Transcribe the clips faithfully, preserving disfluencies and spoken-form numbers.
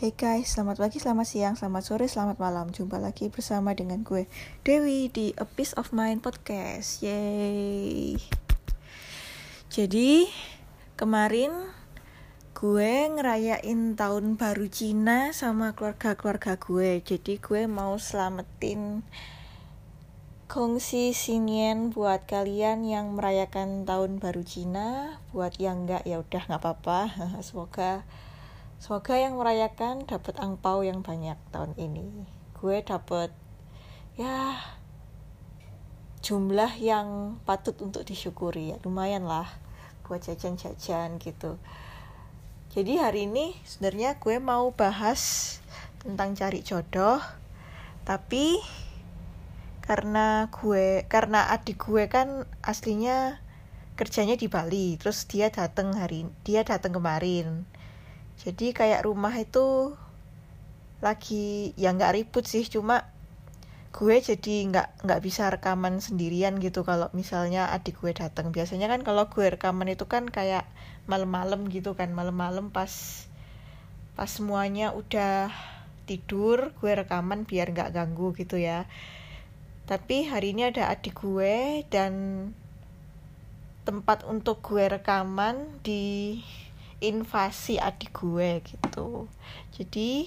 Hey guys, selamat pagi, selamat siang, selamat sore, selamat malam. Jumpa lagi bersama dengan gue, Dewi, di A Piece of Mind Podcast. Yeay. Jadi, kemarin gue ngerayain tahun baru Cina sama keluarga-keluarga gue. Jadi gue mau selamatin kongsi sinien buat kalian yang merayakan tahun baru Cina. Buat yang enggak, ya udah nggak apa-apa. Semoga Semoga yang merayakan dapat angpau yang banyak tahun ini. Gue dapat ya jumlah yang patut untuk disyukuri, ya lumayan lah buat jajan-jajan gitu. Jadi hari ini sebenarnya gue mau bahas tentang cari jodoh, tapi karena gue karena adik gue kan aslinya kerjanya di Bali, terus dia datang hari dia datang kemarin. Jadi kayak rumah itu lagi ya nggak ribut sih, cuma gue jadi nggak nggak bisa rekaman sendirian gitu kalau misalnya adik gue datang. Biasanya kan kalau gue rekaman itu kan kayak malam-malam gitu kan, malam-malam pas pas semuanya udah tidur gue rekaman biar nggak ganggu gitu ya. Tapi hari ini ada adik gue dan tempat untuk gue rekaman di invasi adik gue gitu. Jadi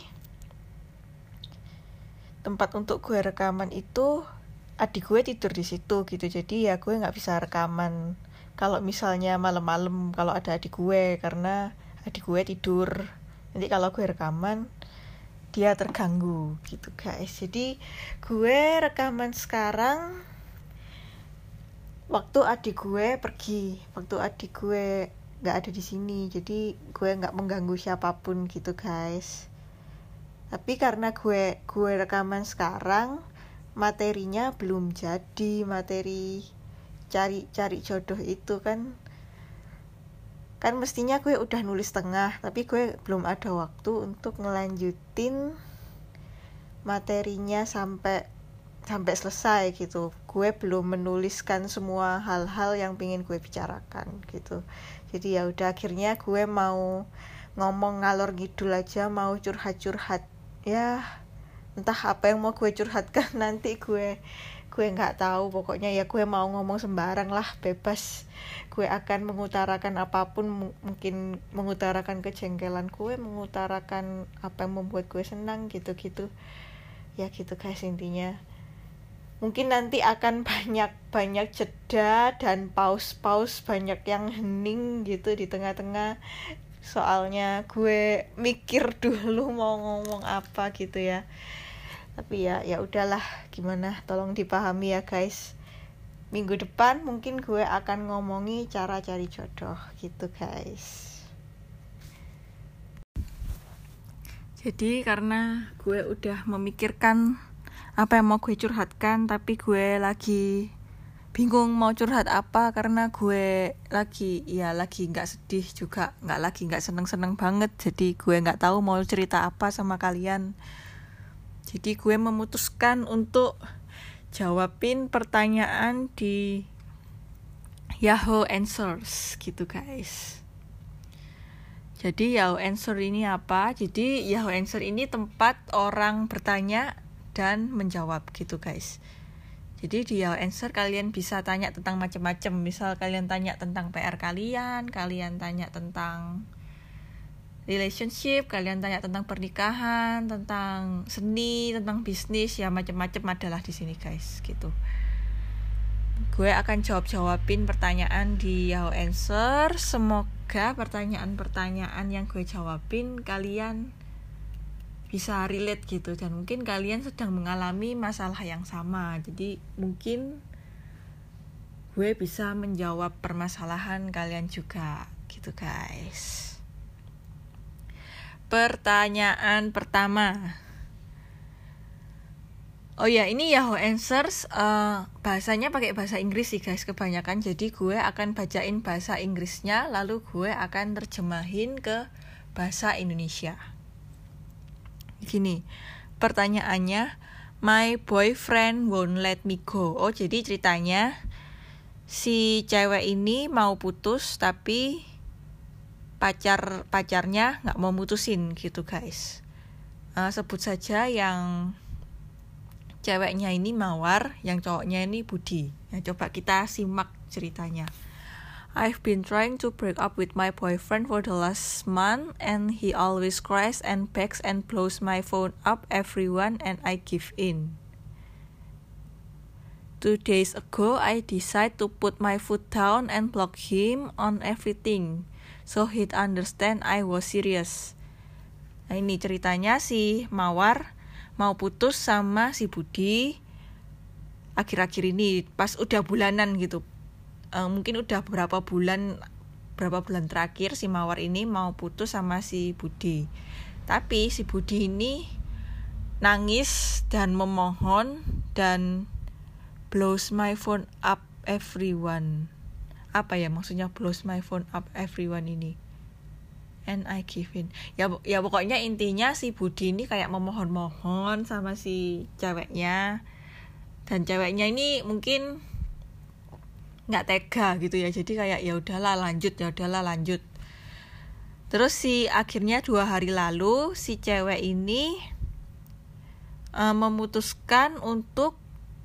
tempat untuk gue rekaman itu adik gue tidur di situ gitu. Jadi ya gue nggak bisa rekaman kalau misalnya malam-malam kalau ada adik gue, karena adik gue tidur. Nanti kalau gue rekaman dia terganggu gitu guys. Jadi gue rekaman sekarang waktu adik gue pergi, waktu adik gue nggak ada di sini, jadi gue nggak mengganggu siapapun gitu guys. Tapi karena gue gue rekaman sekarang, materinya belum jadi, materi cari cari jodoh itu kan kan mestinya gue udah nulis tengah, tapi gue belum ada waktu untuk ngelanjutin materinya sampai sampai selesai gitu. Gue belum menuliskan semua hal-hal yang pengen gue bicarakan gitu. Jadi ya udah, akhirnya gue mau ngomong ngalor ngidul aja, mau curhat-curhat. Ya entah apa yang mau gue curhatkan nanti gue gue nggak tahu. Pokoknya ya gue mau ngomong sembarang lah, bebas. Gue akan mengutarakan apapun, M- mungkin mengutarakan kejengkelan gue, mengutarakan apa yang membuat gue senang gitu-gitu. Ya gitu guys intinya. Mungkin nanti akan banyak-banyak jeda dan pause-pause, banyak yang hening gitu di tengah-tengah. Soalnya gue mikir dulu mau ngomong apa gitu ya. Tapi ya ya udahlah, gimana, tolong dipahami ya guys. Minggu depan mungkin gue akan ngomongi cara cari jodoh gitu guys. Jadi karena gue udah memikirkan apa yang mau gue curhatkan, tapi gue lagi bingung mau curhat apa, karena gue lagi ya lagi nggak sedih juga, nggak lagi nggak seneng-seneng banget. Jadi gue nggak tahu mau cerita apa sama kalian. Jadi gue memutuskan untuk jawabin pertanyaan di Yahoo Answers gitu guys. Jadi Yahoo Answer ini apa? Jadi Yahoo Answer ini tempat orang bertanya dan menjawab gitu guys. Jadi di Yahoo Answer kalian bisa tanya tentang macam-macam. Misal kalian tanya tentang P R kalian, kalian tanya tentang relationship, kalian tanya tentang pernikahan, tentang seni, tentang bisnis, ya macam-macam adalah di sini guys gitu. Gue akan jawab-jawabin pertanyaan di Yahoo Answer. Semoga pertanyaan-pertanyaan yang gue jawabin kalian bisa relate gitu, dan mungkin kalian sedang mengalami masalah yang sama. Jadi mungkin gue bisa menjawab permasalahan kalian juga gitu guys. Pertanyaan pertama. Oh ya, ini Yahoo Answers uh, bahasanya pakai bahasa Inggris sih guys kebanyakan. Jadi gue akan bacain bahasa Inggrisnya, lalu gue akan terjemahin ke bahasa Indonesia. Gini, pertanyaannya, my boyfriend won't let me go. Oh, jadi ceritanya si cewek ini mau putus tapi pacar pacarnya nggak mau mutusin gitu guys. uh, sebut saja yang ceweknya ini Mawar, yang cowoknya ini Budi. Ya, coba kita simak ceritanya. I've been trying to break up with my boyfriend for the last month and he always cries and begs and blows my phone up everyone and I give in. Two days ago I decided to put my foot down and block him on everything so he'd understand I was serious. Nah, ini ceritanya si Mawar mau putus sama si Budi akhir-akhir ini pas udah bulanan gitu. Uh, mungkin udah beberapa bulan berapa bulan terakhir si Mawar ini mau putus sama si Budi. Tapi si Budi ini nangis dan memohon dan blows my phone up everyone. Apa ya maksudnya blows my phone up everyone ini? And I give in. Ya ya pokoknya intinya si Budi ini kayak memohon-mohon sama si ceweknya. Dan ceweknya ini mungkin nggak tega gitu ya, jadi kayak ya udahlah lanjut ya udahlah lanjut. Terus si akhirnya dua hari lalu si cewek ini uh, memutuskan untuk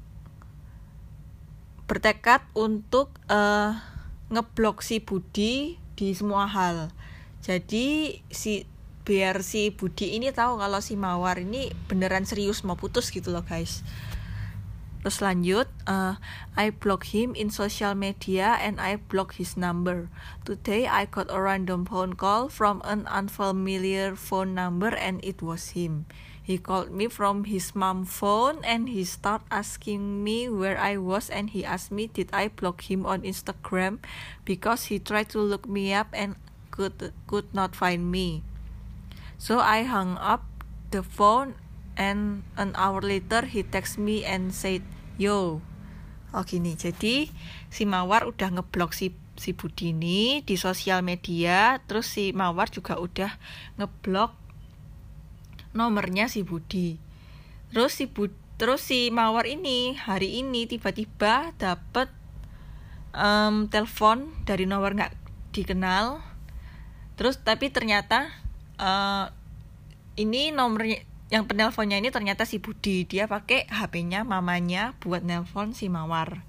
bertekad untuk uh, ngeblok si Budi di semua hal. Jadi si biar si Budi ini tahu kalau si Mawar ini beneran serius mau putus gitu loh guys. Terus lanjut, uh, I block him in social media and I block his number. Today I got a random phone call from an unfamiliar phone number and it was him. He called me from his mom phone and he start asking me where I was and he asked me did I block him on Instagram because he tried to look me up and could could not find me. So I hung up the phone. And an hour later he text me and said, yo. Oh gini, jadi si Mawar udah ngeblok si, si Budi ini di sosial media. Terus si Mawar juga udah ngeblok nomornya si Budi. Terus si, Bud, terus si Mawar ini hari ini tiba-tiba dapet um, telepon dari nomor gak dikenal. Terus tapi ternyata uh, ini nomornya yang penelponnya ini ternyata si Budi. Dia pakai H P-nya mamanya buat nelpon si Mawar.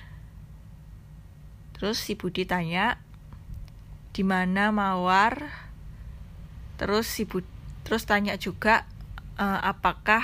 Terus si Budi tanya, "Di mana Mawar?" Terus si Budi terus tanya juga e, apakah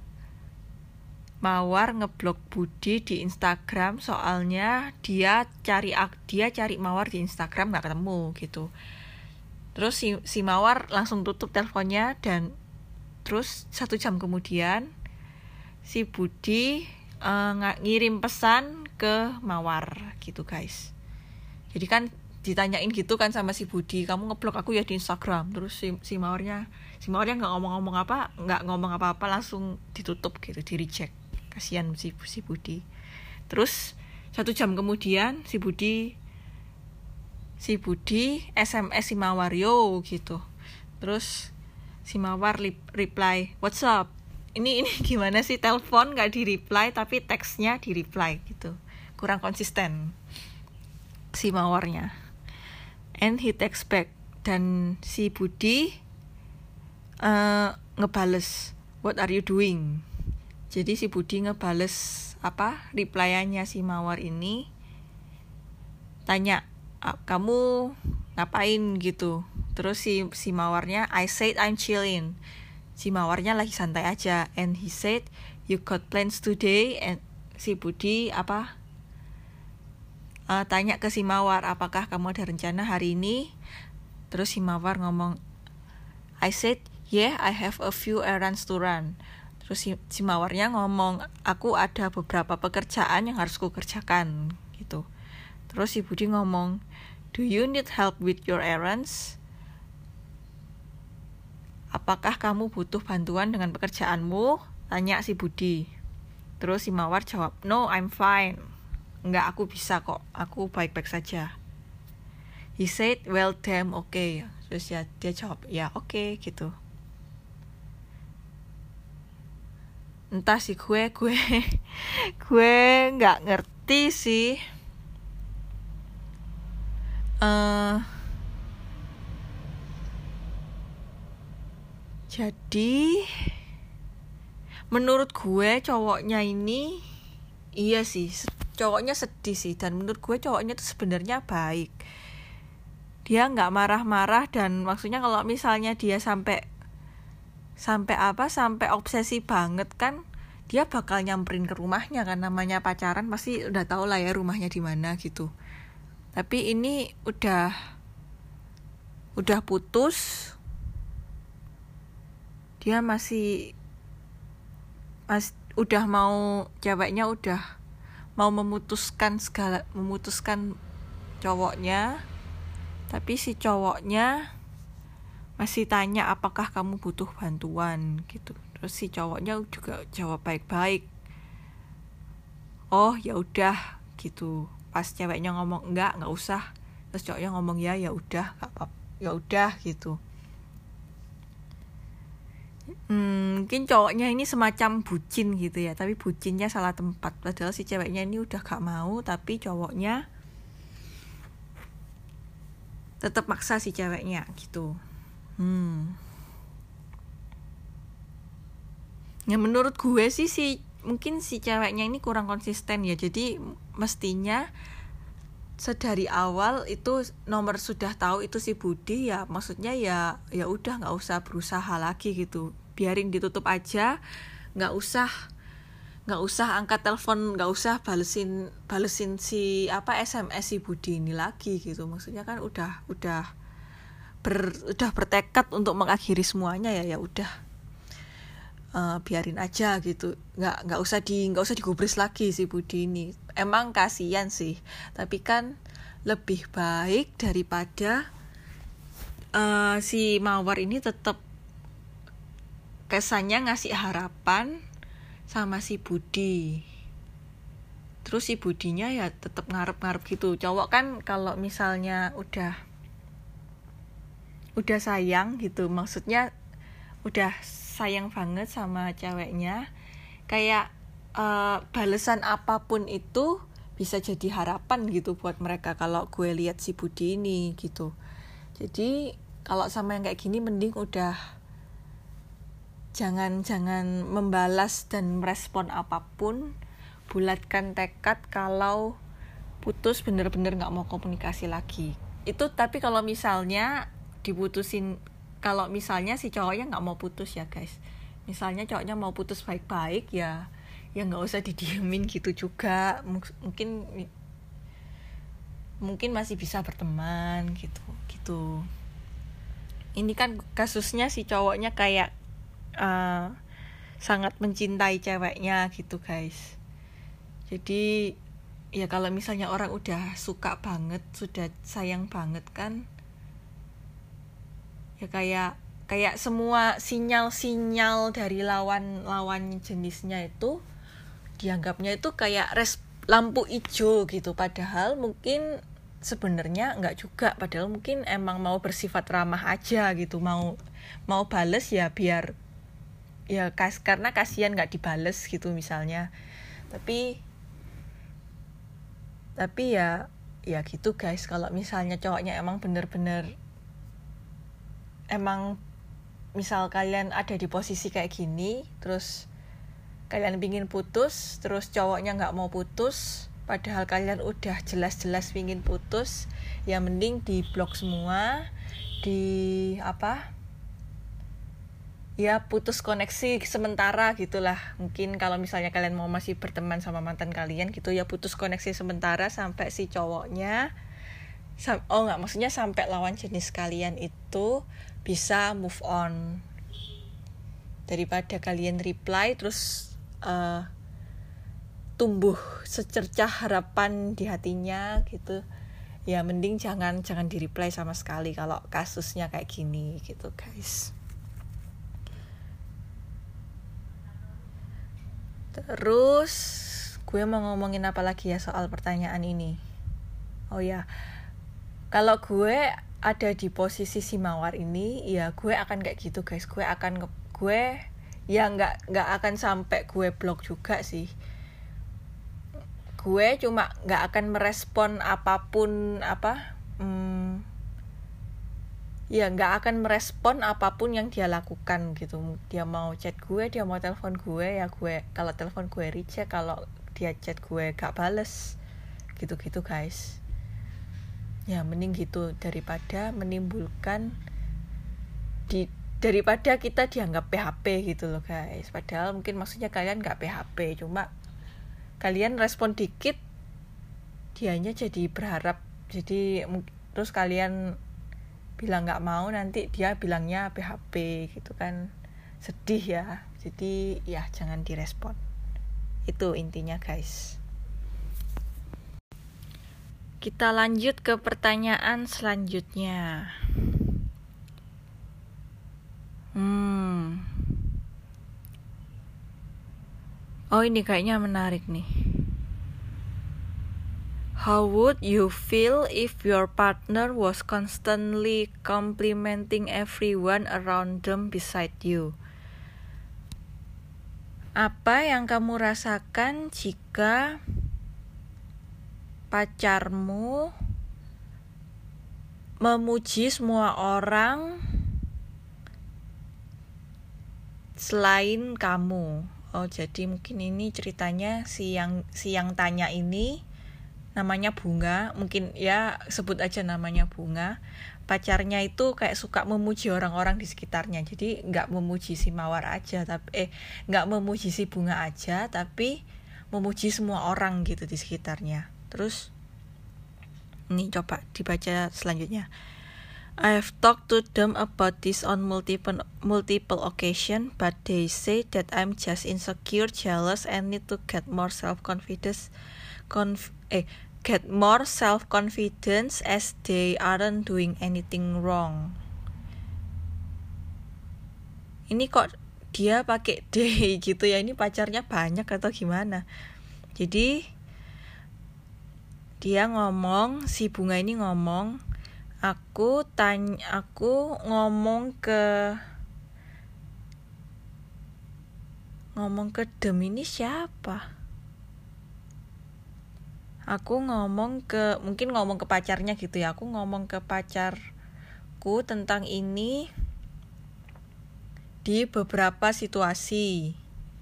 Mawar ngeblok Budi di Instagram, soalnya dia cari dia cari Mawar di Instagram enggak ketemu gitu. Terus si si Mawar langsung tutup teleponnya dan terus satu jam kemudian si Budi uh, ng- ngirim pesan ke Mawar gitu guys. Jadi kan ditanyain gitu kan sama si Budi, kamu ngeblok aku ya di Instagram. Terus si, si Mawarnya si Mawarnya nggak ngomong-ngomong apa, nggak ngomong apa-apa, langsung ditutup gitu, di reject. Kasihan si si Budi. Terus satu jam kemudian si Budi si Budi S M S si Mawar yo gitu. Terus si Mawar reply, "What's up?" Ini ini gimana sih, telepon nggak di reply tapi teksnya di reply gitu. Kurang konsisten si Mawarnya. And he text back, dan si Budi uh, ngebales, "What are you doing?" Jadi si Budi ngebales apa? Replyannya si Mawar ini, tanya, "Kamu ngapain?" gitu. Terus si si Mawarnya, "I said I'm chilling." Si Mawarnya lagi santai aja. And he said, "You got plans today?" And si Budi apa? Uh, tanya ke si Mawar, "Apakah kamu ada rencana hari ini?" Terus si Mawar ngomong, "I said, yeah, I have a few errands to run." Terus si, si Mawarnya ngomong, "Aku ada beberapa pekerjaan yang harus ku kerjakan." Gitu. Terus si Budi ngomong, "Do you need help with your errands?" "Apakah kamu butuh bantuan dengan pekerjaanmu?" tanya si Budi. Terus si Mawar jawab, "No, I'm fine." Enggak, aku bisa kok, aku baik-baik saja. He said, "Well, damn, okay." Terus ya dia jawab, "Ya, oke," okay, gitu. Entah sih gue, gue, gue nggak ngerti sih. Uh, Jadi menurut gue cowoknya ini iya sih, cowoknya sedih sih, dan menurut gue cowoknya itu sebenarnya baik. Dia nggak marah-marah, dan maksudnya kalau misalnya dia sampai sampai apa sampai obsesi banget kan, dia bakal nyamperin ke rumahnya kan, namanya pacaran pasti udah tau lah ya rumahnya di mana gitu. Tapi ini udah udah putus, dia masih mas udah mau ceweknya udah mau memutuskan segala memutuskan cowoknya, tapi si cowoknya masih tanya apakah kamu butuh bantuan gitu. Terus si cowoknya juga jawab baik-baik, oh ya udah gitu. Pas ceweknya ngomong enggak nggak usah, terus cowoknya ngomong ya ya udah nggak apa ya udah gitu. Hmm, mungkin cowoknya ini semacam bucin gitu ya, tapi bucinnya salah tempat. Padahal si ceweknya ini udah gak mau, tapi cowoknya tetap maksa si ceweknya gitu. Hmm. Ya menurut gue sih si mungkin si ceweknya ini kurang konsisten ya. Jadi mestinya sedari awal itu nomor sudah tahu itu si Budi ya, maksudnya ya ya udah nggak usah berusaha lagi gitu, biarin ditutup aja, nggak usah nggak usah angkat telepon, nggak usah balesin balesin si apa S M S si Budi ini lagi gitu. Maksudnya kan udah udah ber, udah bertekad untuk mengakhiri semuanya ya ya udah uh, biarin aja gitu, nggak nggak usah di nggak usah digubris lagi si Budi ini. Emang kasihan sih, tapi kan lebih baik daripada uh, si Mawar ini tetap kesannya ngasih harapan sama si Budi. Terus si Budinya ya tetap ngarep-ngarep gitu. Cowok kan kalau misalnya udah udah sayang gitu, maksudnya udah sayang banget sama ceweknya, kayak Uh, balasan apapun itu bisa jadi harapan gitu buat mereka. Kalau gue lihat si Budi ini gitu. Jadi kalau sama yang kayak gini mending udah jangan jangan membalas dan merespon apapun. Bulatkan tekad kalau putus bener-bener nggak mau komunikasi lagi. Itu tapi kalau misalnya diputusin, kalau misalnya si cowoknya nggak mau putus ya guys. Misalnya cowoknya mau putus baik-baik ya. Ya nggak usah didiemin gitu juga, mungkin mungkin masih bisa berteman gitu gitu. Ini kan kasusnya si cowoknya kayak uh, sangat mencintai ceweknya gitu guys. Jadi ya kalau misalnya orang udah suka banget, sudah sayang banget kan, ya kayak kayak semua sinyal-sinyal dari lawan-lawan jenisnya itu dianggapnya itu kayak res, lampu hijau gitu, padahal mungkin sebenarnya enggak juga, padahal mungkin emang mau bersifat ramah aja gitu, mau mau bales ya biar ya kas, karena kasihan enggak dibales gitu misalnya. Tapi tapi ya ya gitu guys, kalau misalnya cowoknya emang bener-bener emang misal kalian ada di posisi kayak gini, terus kalian pingin putus, terus cowoknya nggak mau putus, padahal kalian udah jelas-jelas pingin putus, ya mending di blok semua, di apa, ya putus koneksi sementara gitulah. Mungkin kalau misalnya kalian mau masih berteman sama mantan kalian gitu, ya putus koneksi sementara sampai si cowoknya, oh nggak, maksudnya sampai lawan jenis kalian itu bisa move on, daripada kalian reply terus Uh, tumbuh secercah harapan di hatinya gitu. Ya mending jangan jangan di reply sama sekali kalau kasusnya kayak gini gitu guys. Terus gue mau ngomongin apa lagi ya soal pertanyaan ini. Oh ya, kalau gue ada di posisi si Mawar ini, ya gue akan kayak gitu guys. Gue akan gue ya nggak nggak akan sampai gue blok juga sih. Gue cuma nggak akan merespon apapun apa hmm, ya nggak akan merespon apapun yang dia lakukan gitu. Dia mau chat gue, dia mau telepon gue, ya gue kalau telepon gue reject, kalau dia chat gue gak bales gitu-gitu guys. Ya mending gitu daripada menimbulkan di daripada kita dianggap P H P gitu loh guys. Padahal mungkin maksudnya kalian gak P H P, cuma kalian respon dikit dianya jadi berharap, jadi terus kalian bilang gak mau, nanti dia bilangnya P H P gitu kan, sedih ya. Jadi ya jangan direspon, itu intinya guys. Kita lanjut ke pertanyaan selanjutnya. Hmm. Oh, ini kayaknya menarik nih. How would you feel if your partner was constantly complimenting everyone around them beside you? Apa yang kamu rasakan jika pacarmu memuji semua orang selain kamu? Oh, jadi mungkin ini ceritanya si yang si yang tanya ini namanya Bunga, mungkin ya sebut aja namanya Bunga. Pacarnya itu kayak suka memuji orang-orang di sekitarnya. Jadi nggak memuji si Mawar aja, tapi eh nggak memuji si Bunga aja, tapi memuji semua orang gitu di sekitarnya. Terus ini coba dibaca selanjutnya. I have talked to them about this on multiple multiple occasion, but they say that I'm just insecure, jealous, and need to get more self-confidence. Conf- eh, get more self-confidence as they aren't doing anything wrong. Ini kok dia pakai they gitu ya? Ini pacarnya banyak atau gimana? Jadi dia ngomong, si Bunga ini ngomong, aku tanya, aku ngomong ke ngomong ke dem ini siapa? Aku ngomong ke, mungkin ngomong ke pacarnya gitu ya. Aku ngomong ke pacarku tentang ini di beberapa situasi.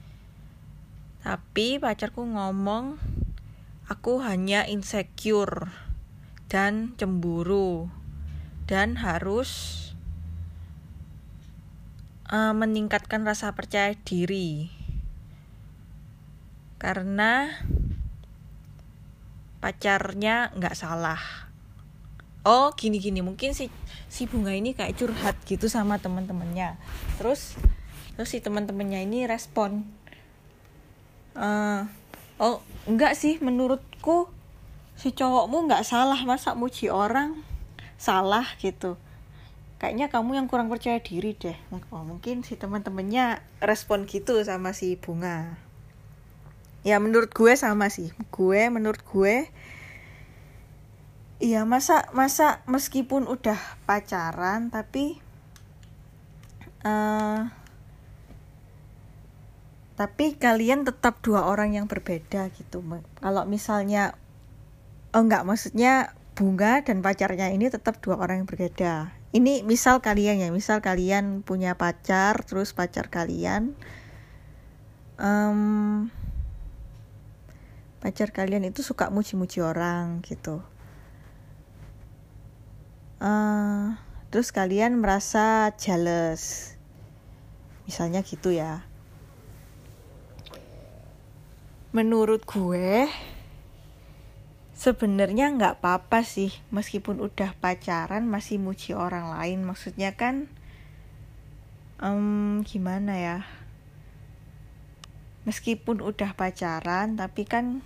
Tapi pacarku ngomong aku hanya insecure dan cemburu dan harus uh, meningkatkan rasa percaya diri karena pacarnya nggak salah. Oh gini-gini, mungkin si si Bunga ini kayak curhat gitu sama teman-temannya. Terus terus si teman-temannya ini respon, uh, oh enggak sih, menurutku si cowokmu nggak salah, masa muji orang salah gitu. Kayaknya kamu yang kurang percaya diri deh. Oh, mungkin si teman-temannya respon gitu sama si Bunga. Ya menurut gue sama sih. Gue menurut gue, iya masa masa meskipun udah pacaran tapi uh, tapi kalian tetap dua orang yang berbeda gitu. Kalau misalnya, oh enggak, maksudnya Bunga dan pacarnya ini tetap dua orang yang berbeda. Ini misal kalian ya, misal kalian punya pacar, terus pacar kalian, um, pacar kalian itu suka muji-muji orang gitu. Uh, terus kalian merasa jealous, misalnya gitu ya. Menurut gue sebenarnya nggak apa-apa sih, meskipun udah pacaran masih muji orang lain. Maksudnya kan um, gimana ya, meskipun udah pacaran tapi kan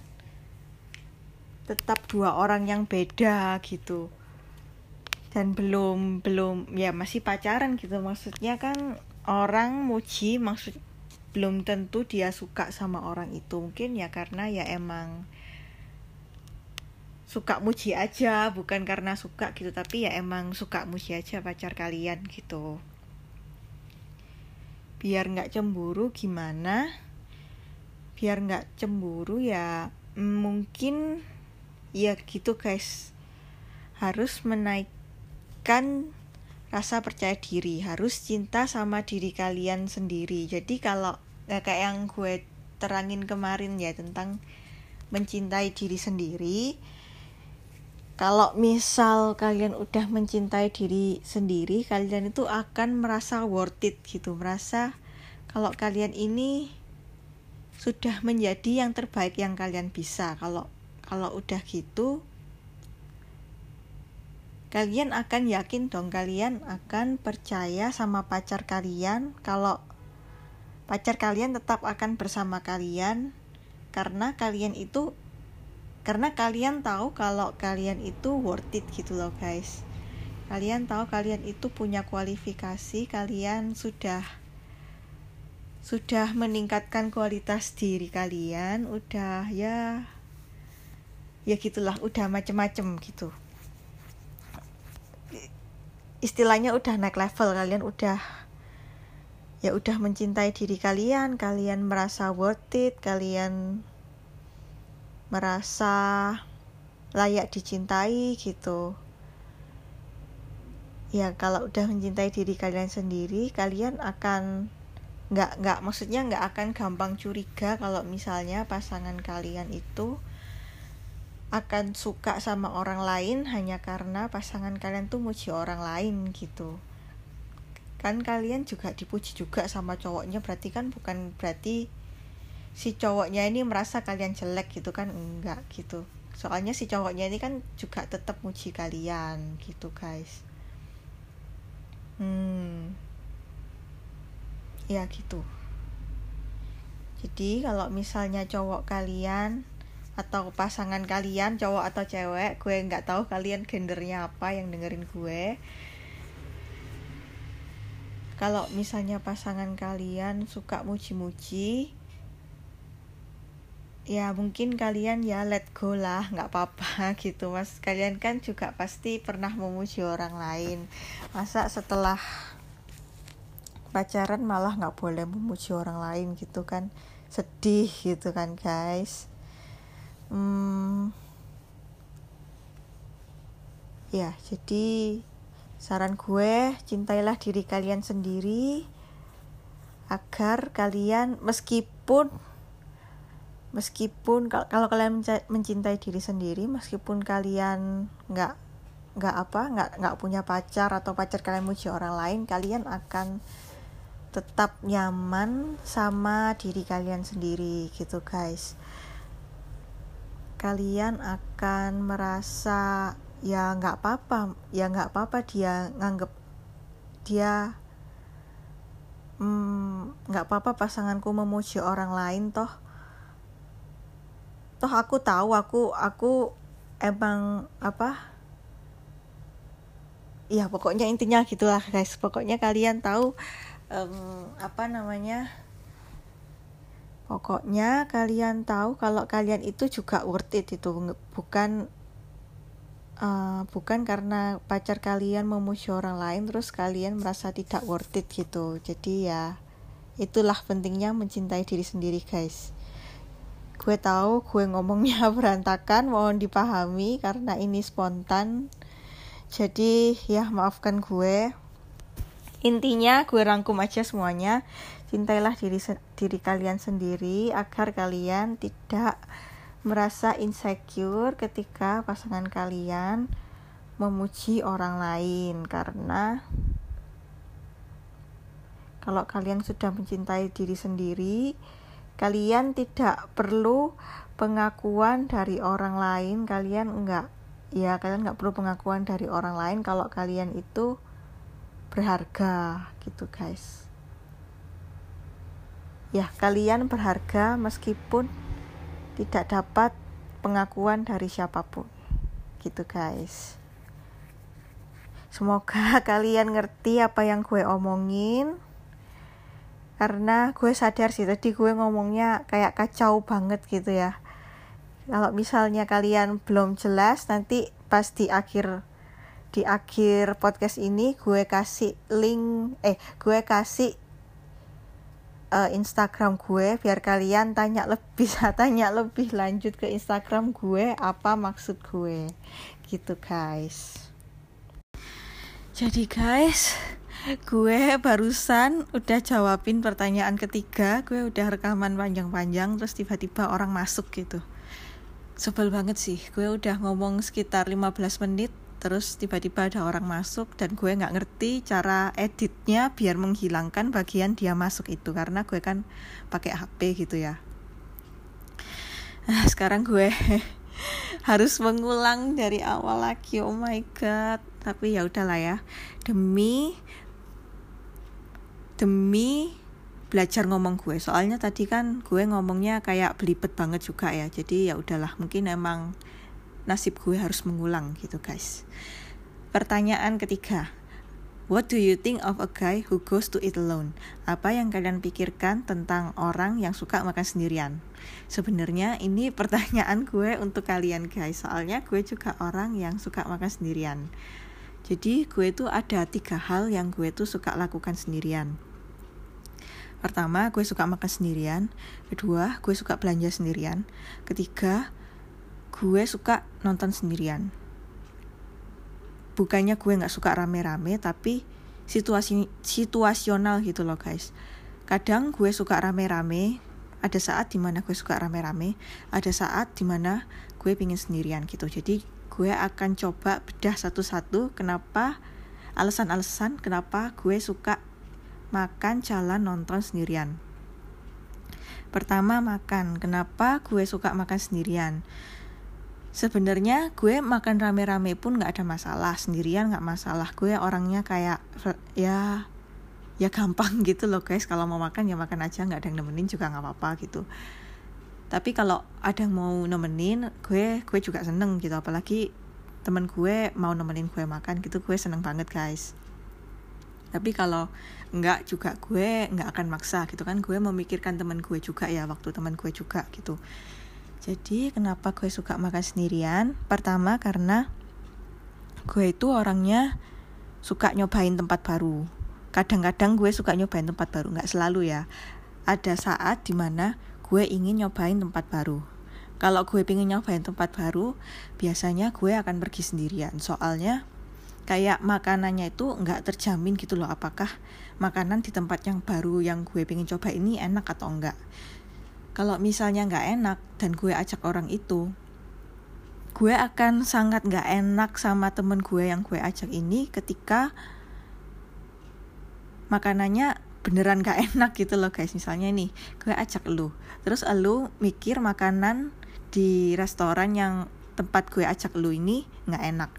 tetap dua orang yang beda gitu, dan belum belum ya masih pacaran gitu. Maksudnya kan orang muji maksud belum tentu dia suka sama orang itu. Mungkin ya karena ya emang suka muji aja, bukan karena suka gitu, tapi ya emang suka muji aja pacar kalian gitu. Biar gak cemburu gimana? Biar gak cemburu ya mungkin ya gitu guys, harus menaikkan rasa percaya diri, harus cinta sama diri kalian sendiri. Jadi kalau eh, kayak yang gue terangin kemarin ya tentang mencintai diri sendiri. Kalau misal kalian udah mencintai diri sendiri, kalian itu akan merasa worth it gitu, merasa kalau kalian ini sudah menjadi yang terbaik yang kalian bisa. Kalau kalau udah gitu, kalian akan yakin dong, kalian akan percaya sama pacar kalian kalau pacar kalian tetap akan bersama kalian karena kalian itu karena kalian tahu kalau kalian itu worth it gitu loh guys. Kalian tahu kalian itu punya kualifikasi, kalian sudah sudah meningkatkan kualitas diri kalian, udah ya ya gitulah, udah macem-macem gitu. Istilahnya udah naik level, kalian udah ya udah mencintai diri kalian, kalian merasa worth it, kalian merasa layak dicintai gitu. Ya kalau udah mencintai diri kalian sendiri, kalian akan nggak nggak maksudnya nggak akan gampang curiga kalau misalnya pasangan kalian itu akan suka sama orang lain hanya karena pasangan kalian tuh muji orang lain gitu. Kan kalian juga dipuji juga sama cowoknya, berarti kan bukan berarti si cowoknya ini merasa kalian jelek gitu kan, enggak gitu. Soalnya si cowoknya ini kan juga tetap muji kalian gitu guys. Hmm, ya gitu. Jadi kalau misalnya cowok kalian atau pasangan kalian, cowok atau cewek, gue nggak tahu kalian gendernya apa yang dengerin gue. Kalau misalnya pasangan kalian suka muji-muji, ya mungkin kalian ya let go lah, nggak apa-apa gitu mas. Kalian kan juga pasti pernah memuji orang lain. Masa setelah pacaran malah nggak boleh memuji orang lain gitu kan? Sedih gitu kan guys. Hmm, ya jadi saran gue, cintailah diri kalian sendiri agar kalian meskipun meskipun kalau kalian mencintai diri sendiri, meskipun kalian nggak nggak apa nggak nggak punya pacar atau pacar kalian muji orang lain, kalian akan tetap nyaman sama diri kalian sendiri gitu guys. Kalian akan merasa ya nggak apa-apa, ya nggak apa-apa dia nganggep dia nggak hmm, apa-apa pasanganku memuji orang lain, toh toh aku tahu aku aku emang apa ya pokoknya intinya gitulah guys. Pokoknya kalian tahu um, apa namanya pokoknya kalian tahu kalau kalian itu juga worth it itu, bukan uh, bukan karena pacar kalian memuji orang lain terus kalian merasa tidak worth it gitu. Jadi ya itulah pentingnya mencintai diri sendiri guys. Gue tahu gue ngomongnya berantakan, mohon dipahami karena ini spontan. Jadi ya maafkan gue. Intinya gue rangkum aja semuanya. Cintailah diri diri kalian sendiri agar kalian tidak merasa insecure ketika pasangan kalian memuji orang lain, karena kalau kalian sudah mencintai diri sendiri, kalian tidak perlu pengakuan dari orang lain. Kalian enggak ya kalian enggak perlu pengakuan dari orang lain kalau kalian itu berharga gitu guys. Ya kalian berharga meskipun tidak dapat pengakuan dari siapapun gitu guys. Semoga kalian ngerti apa yang gue omongin, karena gue sadar sih tadi gue ngomongnya kayak kacau banget gitu ya. Kalau misalnya kalian belum jelas, nanti pas di akhir di akhir podcast ini gue kasih link eh gue kasih uh, Instagram gue biar kalian tanya lebih bisa tanya lebih lanjut ke Instagram gue apa maksud gue gitu guys. Jadi guys, gue barusan udah jawabin pertanyaan ketiga. Gue udah rekaman panjang-panjang, terus tiba-tiba orang masuk gitu. Sebel banget sih. Gue udah ngomong sekitar lima belas menit, terus tiba-tiba ada orang masuk. Dan gue gak ngerti cara editnya biar menghilangkan bagian dia masuk itu, karena gue kan pakai H P gitu ya. Nah, sekarang gue harus mengulang dari awal lagi. Oh my god. Tapi ya udahlah ya. Demi demi belajar ngomong gue. Soalnya tadi kan gue ngomongnya kayak belibet banget juga ya. Jadi ya udahlah, mungkin emang nasib gue harus mengulang gitu, guys. Pertanyaan ketiga. What do you think of a guy who goes to eat alone? Apa yang kalian pikirkan tentang orang yang suka makan sendirian? Sebenarnya ini pertanyaan gue untuk kalian guys. Soalnya gue juga orang yang suka makan sendirian. Jadi gue tuh ada tiga hal yang gue tuh suka lakukan sendirian. Pertama, gue suka makan sendirian. Kedua, gue suka belanja sendirian. Ketiga, gue suka nonton sendirian. Bukannya gue gak suka rame-rame, tapi situasi situasional gitu loh guys. Kadang gue suka rame-rame, ada saat dimana gue suka rame-rame, ada saat dimana gue pingin sendirian gitu. Jadi gue akan coba bedah satu-satu kenapa, alasan-alasan kenapa gue suka makan, jalan, nonton sendirian. Pertama, makan. Kenapa gue suka makan sendirian? Sebenarnya gue makan rame-rame pun gak ada masalah, sendirian gak masalah. Gue orangnya kayak ya ya gampang gitu loh guys. Kalau mau makan ya makan aja, gak ada yang nemenin juga gak apa-apa gitu. Tapi kalau ada yang mau nemenin, gue gue juga seneng gitu. Apalagi temen gue mau nemenin gue makan gitu, gue seneng banget guys. Tapi kalau enggak juga gue enggak akan maksa gitu kan. Gue memikirkan temen gue juga ya, waktu temen gue juga gitu. Jadi kenapa gue suka makan sendirian? Pertama karena gue itu orangnya suka nyobain tempat baru. Kadang-kadang gue suka nyobain tempat baru, gak selalu ya. Ada saat dimana gue ingin nyobain tempat baru. Kalau gue pengen nyobain tempat baru, biasanya gue akan pergi sendirian. Soalnya kayak makanannya itu gak terjamin gitu loh, apakah makanan di tempat yang baru yang gue pengen coba ini enak atau enggak. Kalau misalnya gak enak dan gue ajak orang itu, gue akan sangat gak enak sama temen gue yang gue ajak ini ketika makanannya beneran gak enak gitu loh guys. Misalnya nih, gue ajak elu, terus elu mikir makanan di restoran yang tempat gue ajak elu ini gak enak.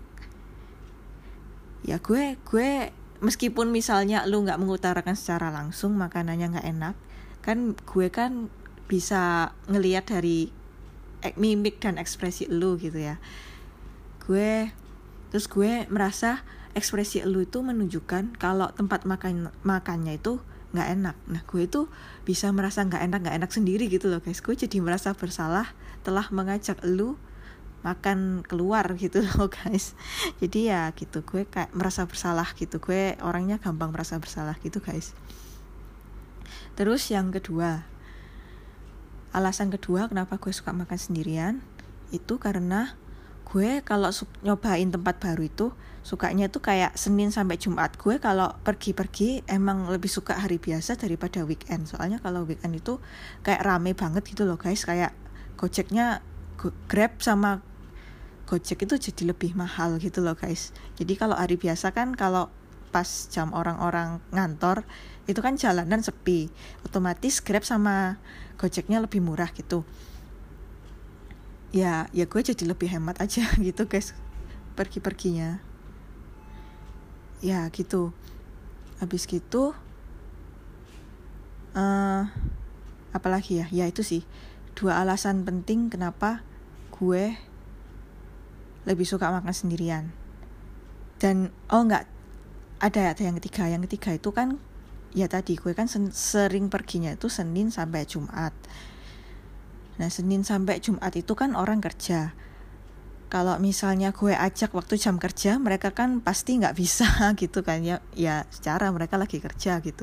Ya gue, gue meskipun misalnya elu gak mengutarakan secara langsung makanannya gak enak, kan gue kan bisa ngelihat dari mimik dan ekspresi elu gitu ya. Gue terus gue merasa ekspresi elu itu menunjukkan kalau tempat makan makannya itu nggak enak. Nah gue itu bisa merasa nggak enak nggak enak sendiri gitu loh guys. Gue jadi merasa bersalah telah mengajak elu makan keluar gitu loh guys. Jadi ya gitu, gue kayak merasa bersalah gitu. Gue orangnya gampang merasa bersalah gitu guys. Terus yang kedua, alasan kedua kenapa gue suka makan sendirian itu karena gue kalau su- nyobain tempat baru itu sukanya tuh kayak Senin sampai Jumat. Gue kalau pergi-pergi emang lebih suka hari biasa daripada weekend. Soalnya kalau weekend itu kayak rame banget gitu loh guys. Kayak Gojeknya, Grab sama Gojek itu jadi lebih mahal gitu loh guys. Jadi kalau hari biasa kan kalau pas jam orang-orang ngantor itu kan jalanan sepi, otomatis Grab sama Gojeknya lebih murah gitu. Ya, ya gue jadi lebih hemat aja gitu guys pergi-perginya. Ya gitu. Habis gitu, uh, apalagi ya? Ya itu sih dua alasan penting kenapa gue lebih suka makan sendirian. Dan oh enggak, ada ada yang ketiga. Yang ketiga itu kan ya tadi gue kan sen- sering perginya itu Senin sampai Jumat. Nah Senin sampai Jumat itu kan orang kerja. Kalau misalnya gue ajak waktu jam kerja, mereka kan pasti gak bisa gitu kan ya. Ya secara mereka lagi kerja gitu.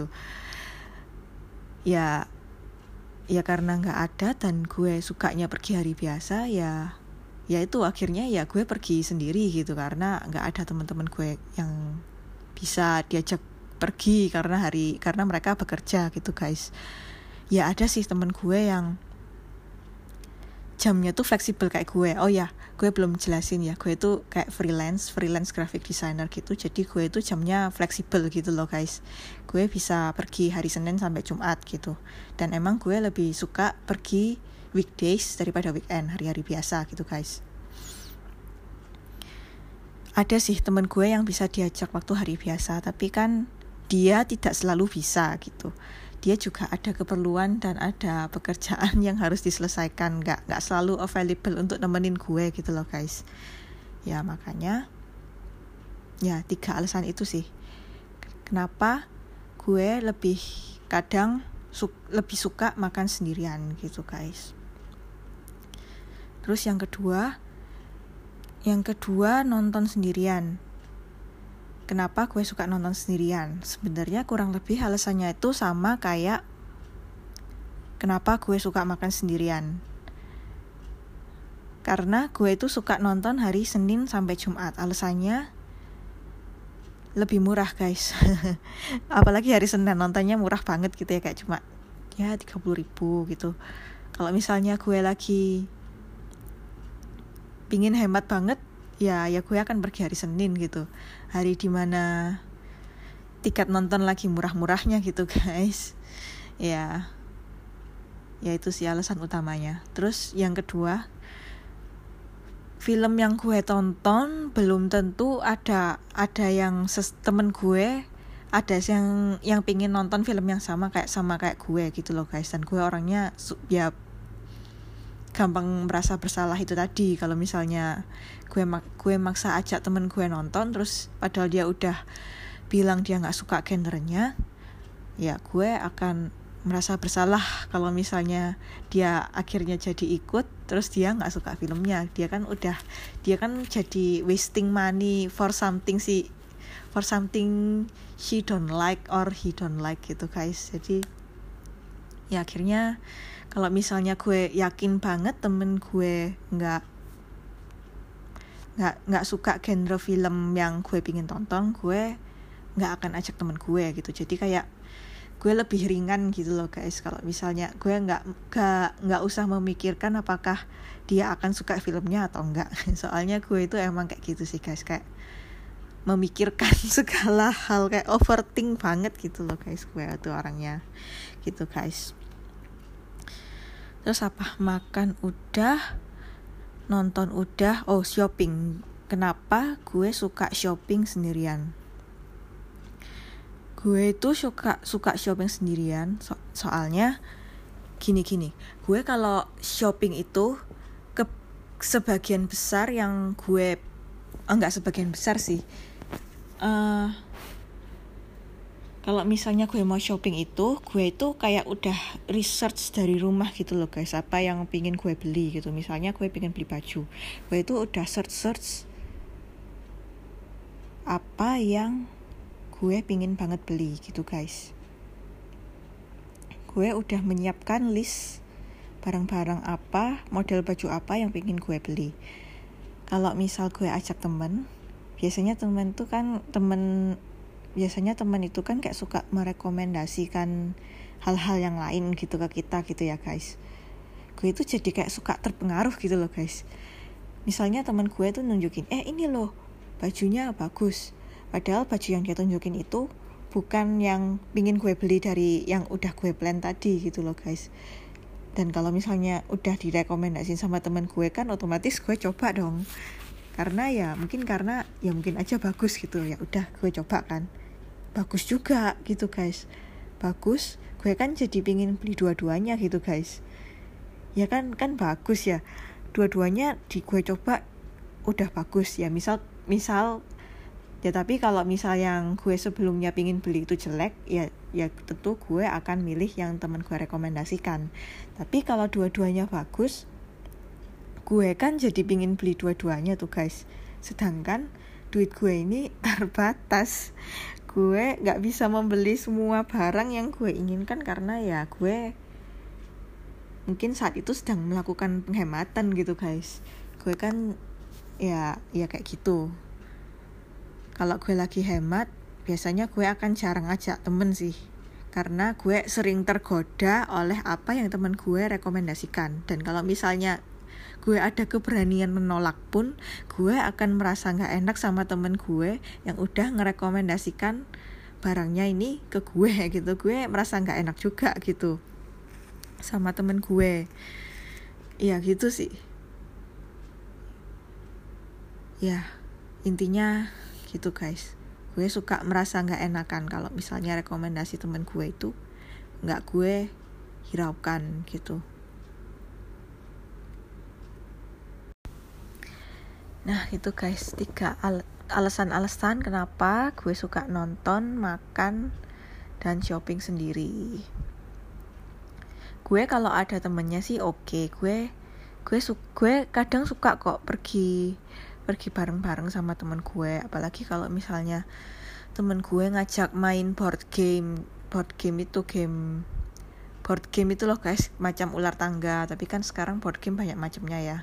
Ya Ya karena gak ada dan gue sukanya pergi hari biasa, ya ya itu akhirnya ya gue pergi sendiri gitu. Karena gak ada teman-teman gue yang bisa diajak pergi karena hari karena mereka bekerja gitu guys. Ya ada sih temen gue yang jamnya tuh fleksibel kayak gue. Oh ya, gue belum jelasin ya, gue itu kayak freelance, freelance graphic designer gitu. Jadi gue itu jamnya fleksibel gitu loh guys. Gue bisa pergi hari Senin sampai Jumat gitu. Dan emang gue lebih suka pergi weekdays daripada weekend, hari-hari biasa gitu guys. Ada sih temen gue yang bisa diajak waktu hari biasa, tapi kan dia tidak selalu bisa gitu. Dia juga ada keperluan dan ada pekerjaan yang harus diselesaikan, nggak nggak selalu available untuk nemenin gue gitu loh guys. Ya makanya ya tiga alasan itu sih kenapa gue lebih kadang su- lebih suka makan sendirian gitu guys. Terus yang kedua yang kedua nonton sendirian. Kenapa gue suka nonton sendirian? Sebenarnya kurang lebih alasannya itu sama kayak kenapa gue suka makan sendirian. Karena gue itu suka nonton hari Senin sampai Jumat. Alasannya lebih murah guys. Apalagi hari Senin nontonnya murah banget gitu ya, kayak cuma ya tiga puluh ribu gitu. Kalau misalnya gue lagi pingin hemat banget, ya ya gue akan pergi hari Senin gitu, hari dimana tiket nonton lagi murah-murahnya gitu guys. Ya ya itu sih alasan utamanya. Terus yang kedua, film yang gue tonton belum tentu ada ada yang ses, temen gue ada yang yang pingin nonton film yang sama kayak sama kayak gue gitu loh guys. Dan gue orangnya ya gampang merasa bersalah itu tadi, kalau misalnya gue mak- gue maksa ajak temen gue nonton terus padahal dia udah bilang dia nggak suka genrenya, ya gue akan merasa bersalah kalau misalnya dia akhirnya jadi ikut terus dia nggak suka filmnya. Dia kan udah dia kan jadi wasting money for something sih for something she don't like or he don't like gitu guys. Jadi ya akhirnya kalau misalnya gue yakin banget temen gue nggak nggak nggak suka genre film yang gue pingin tonton, gue nggak akan ajak temen gue gitu. Jadi kayak gue lebih ringan gitu loh guys. Kalau misalnya gue nggak nggak nggak usah memikirkan apakah dia akan suka filmnya atau enggak. Soalnya gue itu emang kayak gitu sih guys, kayak memikirkan segala hal, kayak overthink banget gitu loh guys. Gue itu orangnya gitu guys. Terus apa? Makan udah, nonton udah, oh shopping. Kenapa gue suka shopping sendirian? Gue itu suka suka shopping sendirian so- soalnya gini-gini. Gue kalau shopping itu ke sebagian besar yang gue enggak sebagian besar sih. Uh, Kalau misalnya gue mau shopping itu, gue itu kayak udah research dari rumah gitu loh guys, apa yang pingin gue beli gitu. Misalnya gue pingin beli baju, gue itu udah search-search apa yang gue pingin banget beli gitu guys. Gue udah menyiapkan list barang-barang apa, model baju apa yang pingin gue beli. Kalau misal gue ajak temen, biasanya temen tuh kan temen biasanya teman itu kan kayak suka merekomendasikan hal-hal yang lain gitu ke kita gitu ya guys. Gue itu jadi kayak suka terpengaruh gitu loh guys. Misalnya teman gue tuh nunjukin, eh ini loh bajunya bagus, padahal baju yang dia tunjukin itu bukan yang pingin gue beli dari yang udah gue plan tadi gitu loh guys. Dan kalau misalnya udah direkomendasin sama teman gue kan otomatis gue coba dong, karena ya mungkin karena ya mungkin aja bagus gitu, ya udah gue coba kan, bagus juga gitu guys, bagus, gue kan jadi pingin beli dua-duanya gitu guys. Ya kan kan bagus ya, dua-duanya di gue coba udah bagus ya. Misal misal ya, tapi kalau misal yang gue sebelumnya pingin beli itu jelek, ya ya tentu gue akan milih yang teman gue rekomendasikan. Tapi kalau dua-duanya bagus, gue kan jadi pingin beli dua-duanya tuh guys. Sedangkan duit gue ini terbatas, gue gak bisa membeli semua barang yang gue inginkan karena ya gue mungkin saat itu sedang melakukan penghematan gitu guys. Gue kan ya ya kayak gitu. Kalau gue lagi hemat, biasanya gue akan jarang ajak temen sih, karena gue sering tergoda oleh apa yang temen gue rekomendasikan. Dan kalau misalnya gue ada keberanian menolak pun, gue akan merasa gak enak sama temen gue yang udah ngerekomendasikan barangnya ini ke gue gitu. Gue merasa gak enak juga gitu sama temen gue. Ya gitu sih. Ya intinya gitu guys. Gue suka merasa gak enakan kalau misalnya rekomendasi temen gue itu gak gue hiraukan gitu. Nah itu guys, tiga al- alasan-alasan kenapa gue suka nonton, makan, dan shopping sendiri. Gue kalau ada temennya sih oke, okay. gue gue su- gue kadang suka kok pergi pergi bareng-bareng sama temen gue, apalagi kalau misalnya temen gue ngajak main board game. Board game itu game board game itu loh guys, macam ular tangga, tapi kan sekarang board game banyak macamnya ya.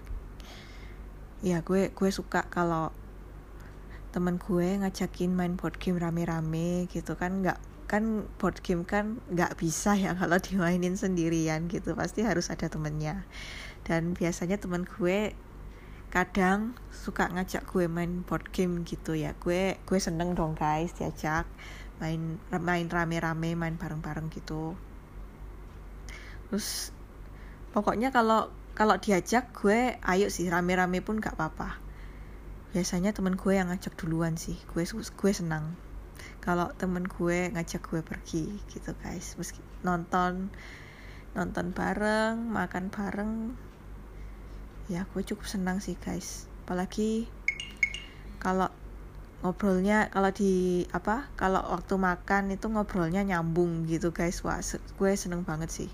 Ya gue gue suka kalau temen gue ngajakin main board game rame-rame gitu kan. Nggak kan board game kan nggak bisa ya kalau dimainin sendirian gitu, pasti harus ada temennya. Dan biasanya temen gue kadang suka ngajak gue main board game gitu ya. Gue gue seneng dong guys diajak main main rame-rame, main bareng-bareng gitu. Terus pokoknya kalau kalau diajak gue ayo sih, rame-rame pun gak apa-apa. Biasanya temen gue yang ngajak duluan sih. Gue gue senang kalau temen gue ngajak gue pergi gitu guys. Meski nonton nonton bareng, makan bareng, ya gue cukup senang sih guys. Apalagi kalau ngobrolnya, kalau di apa kalau waktu makan itu ngobrolnya nyambung gitu guys. Wah gue seneng banget sih.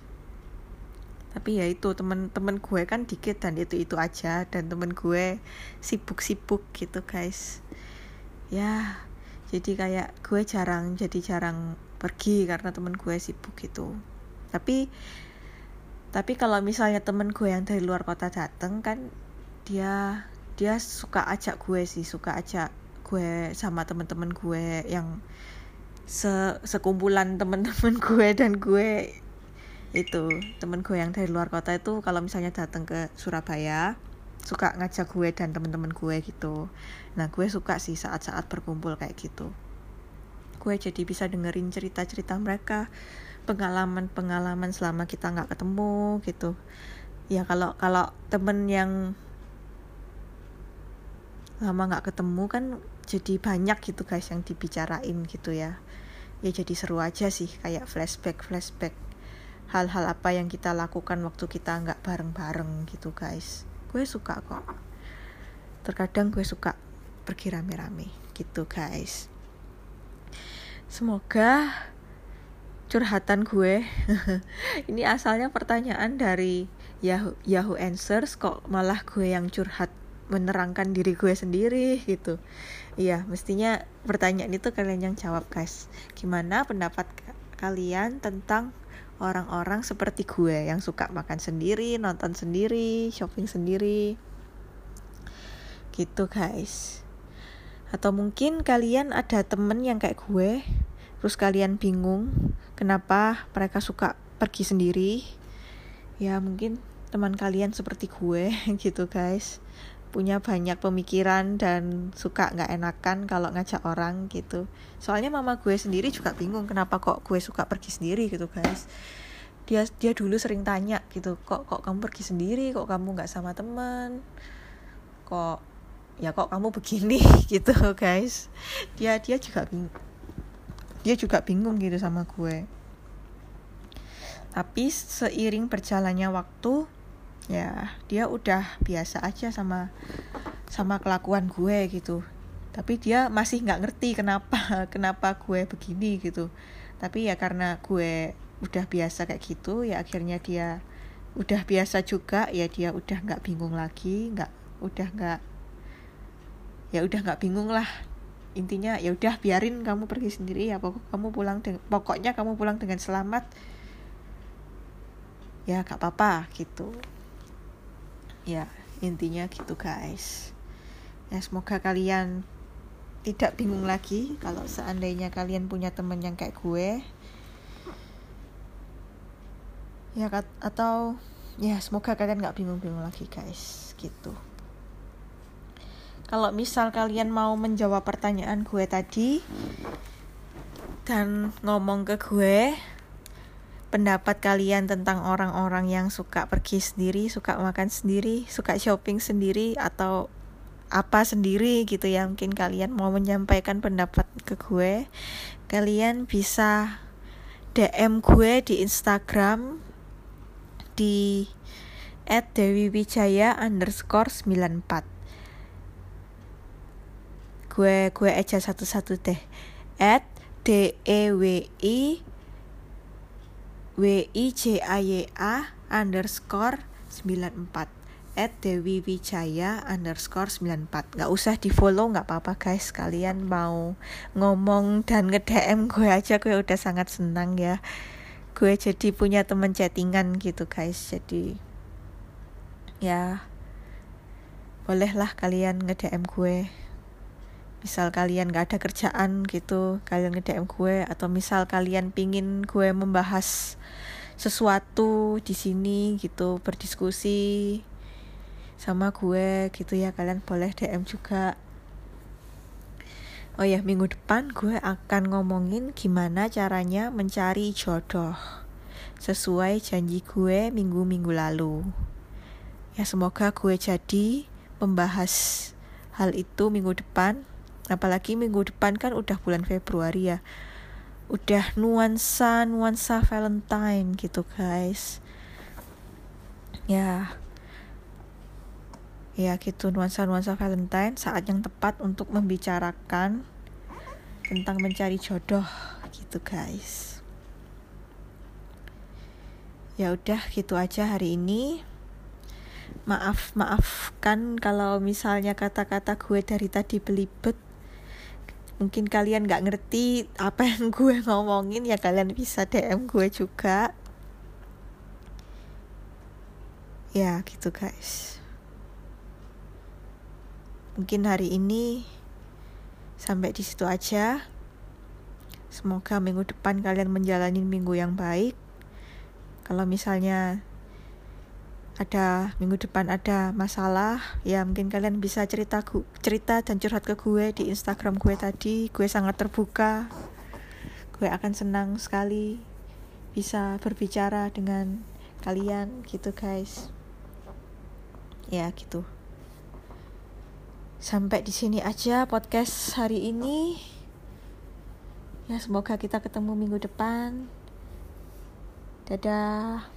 Tapi ya itu, temen-temen gue kan dikit dan itu-itu aja, dan temen gue sibuk-sibuk gitu guys. Ya jadi kayak gue jarang jadi jarang pergi karena temen gue sibuk gitu. Tapi tapi kalau misalnya temen gue yang dari luar kota dateng kan, dia dia suka ajak gue sih, suka ajak gue sama temen-temen gue yang se sekumpulan temen-temen gue. Dan gue itu temen gue yang dari luar kota itu kalau misalnya datang ke Surabaya suka ngajak gue dan temen-temen gue gitu. Nah gue suka sih saat-saat berkumpul kayak gitu. Gue jadi bisa dengerin cerita-cerita mereka, pengalaman-pengalaman selama kita nggak ketemu gitu. Ya kalau kalau temen yang lama nggak ketemu kan jadi banyak gitu guys yang dibicarain gitu ya. Ya jadi seru aja sih, kayak flashback flashback hal-hal apa yang kita lakukan waktu kita nggak bareng-bareng gitu guys. Gue suka kok. Terkadang gue suka pergi rame-rame gitu guys. Semoga curhatan gue ini asalnya pertanyaan dari Yahoo, Yahoo Answers, kok malah gue yang curhat menerangkan diri gue sendiri gitu. Iya, mestinya pertanyaan itu kalian yang jawab guys. Gimana pendapat kalian tentang orang-orang seperti gue yang suka makan sendiri, nonton sendiri, shopping sendiri gitu guys. Atau mungkin kalian ada temen yang kayak gue, terus kalian bingung kenapa mereka suka pergi sendiri. Ya mungkin teman kalian seperti gue gitu guys, punya banyak pemikiran dan suka gak enakan kalau ngajak orang gitu. Soalnya mama gue sendiri juga bingung kenapa kok gue suka pergi sendiri gitu guys. Dia dia dulu sering tanya gitu, kok kok kamu pergi sendiri, kok kamu gak sama teman, kok ya kok kamu begini gitu guys. Dia dia juga bingung. Dia juga bingung gitu sama gue. Tapi seiring berjalannya waktu, ya dia udah biasa aja sama sama kelakuan gue gitu. Tapi dia masih nggak ngerti kenapa kenapa gue begini gitu. Tapi ya karena gue udah biasa kayak gitu, ya akhirnya dia udah biasa juga, ya dia udah nggak bingung lagi, nggak udah nggak ya udah nggak bingung lah. Intinya ya udah biarin kamu pergi sendiri ya, pokok kamu pulang de- pokoknya kamu pulang dengan selamat. Ya gak apa-apa gitu. Ya intinya gitu guys. Ya semoga kalian tidak bingung lagi kalau seandainya kalian punya temen yang kayak gue. Ya atau ya semoga kalian gak bingung-bingung lagi guys, gitu. Kalau misal kalian mau menjawab pertanyaan gue tadi dan ngomong ke gue pendapat kalian tentang orang-orang yang suka pergi sendiri, suka makan sendiri, suka shopping sendiri, atau apa sendiri gitu ya, mungkin kalian mau menyampaikan pendapat ke gue, kalian bisa D M gue di Instagram di at dewiwijaya underscore sembilan empat. Gue gue aja satu-satu deh. At D E W I W I J A Y A underscore sembilan empat. At dewiwijaya underscore sembilan empat. Gak usah di follow, gak apa-apa guys. Kalian mau ngomong dan nge-D M gue aja, gue udah sangat senang ya. Gue jadi punya temen chattingan gitu guys. Jadi ya bolehlah kalian nge-D M gue. Misal kalian gak ada kerjaan gitu, kalian nge-D M gue. Atau misal kalian pingin gue membahas sesuatu di sini gitu, berdiskusi sama gue gitu ya, kalian boleh D M juga. Oh ya, minggu depan gue akan ngomongin gimana caranya mencari jodoh sesuai janji gue minggu-minggu lalu. Ya semoga gue jadi membahas hal itu minggu depan. Apalagi minggu depan kan udah bulan Februari ya, udah nuansa nuansa Valentine gitu guys. Ya Ya gitu, nuansa-nuansa Valentine, saat yang tepat untuk membicarakan tentang mencari jodoh gitu guys. Ya udah gitu aja hari ini. Maaf, maafkan kalau misalnya kata-kata gue dari tadi belibet. Mungkin kalian gak ngerti apa yang gue ngomongin, ya kalian bisa D M gue juga. Ya gitu guys. Mungkin hari ini sampai di situ aja. Semoga minggu depan kalian menjalani minggu yang baik. Kalau misalnya ada minggu depan ada masalah, ya mungkin kalian bisa cerita cerita dan curhat ke gue di Instagram gue tadi. Gue sangat terbuka. Gue akan senang sekali bisa berbicara dengan kalian gitu guys. Ya gitu. Sampai di sini aja podcast hari ini. Ya semoga kita ketemu minggu depan. Dadah.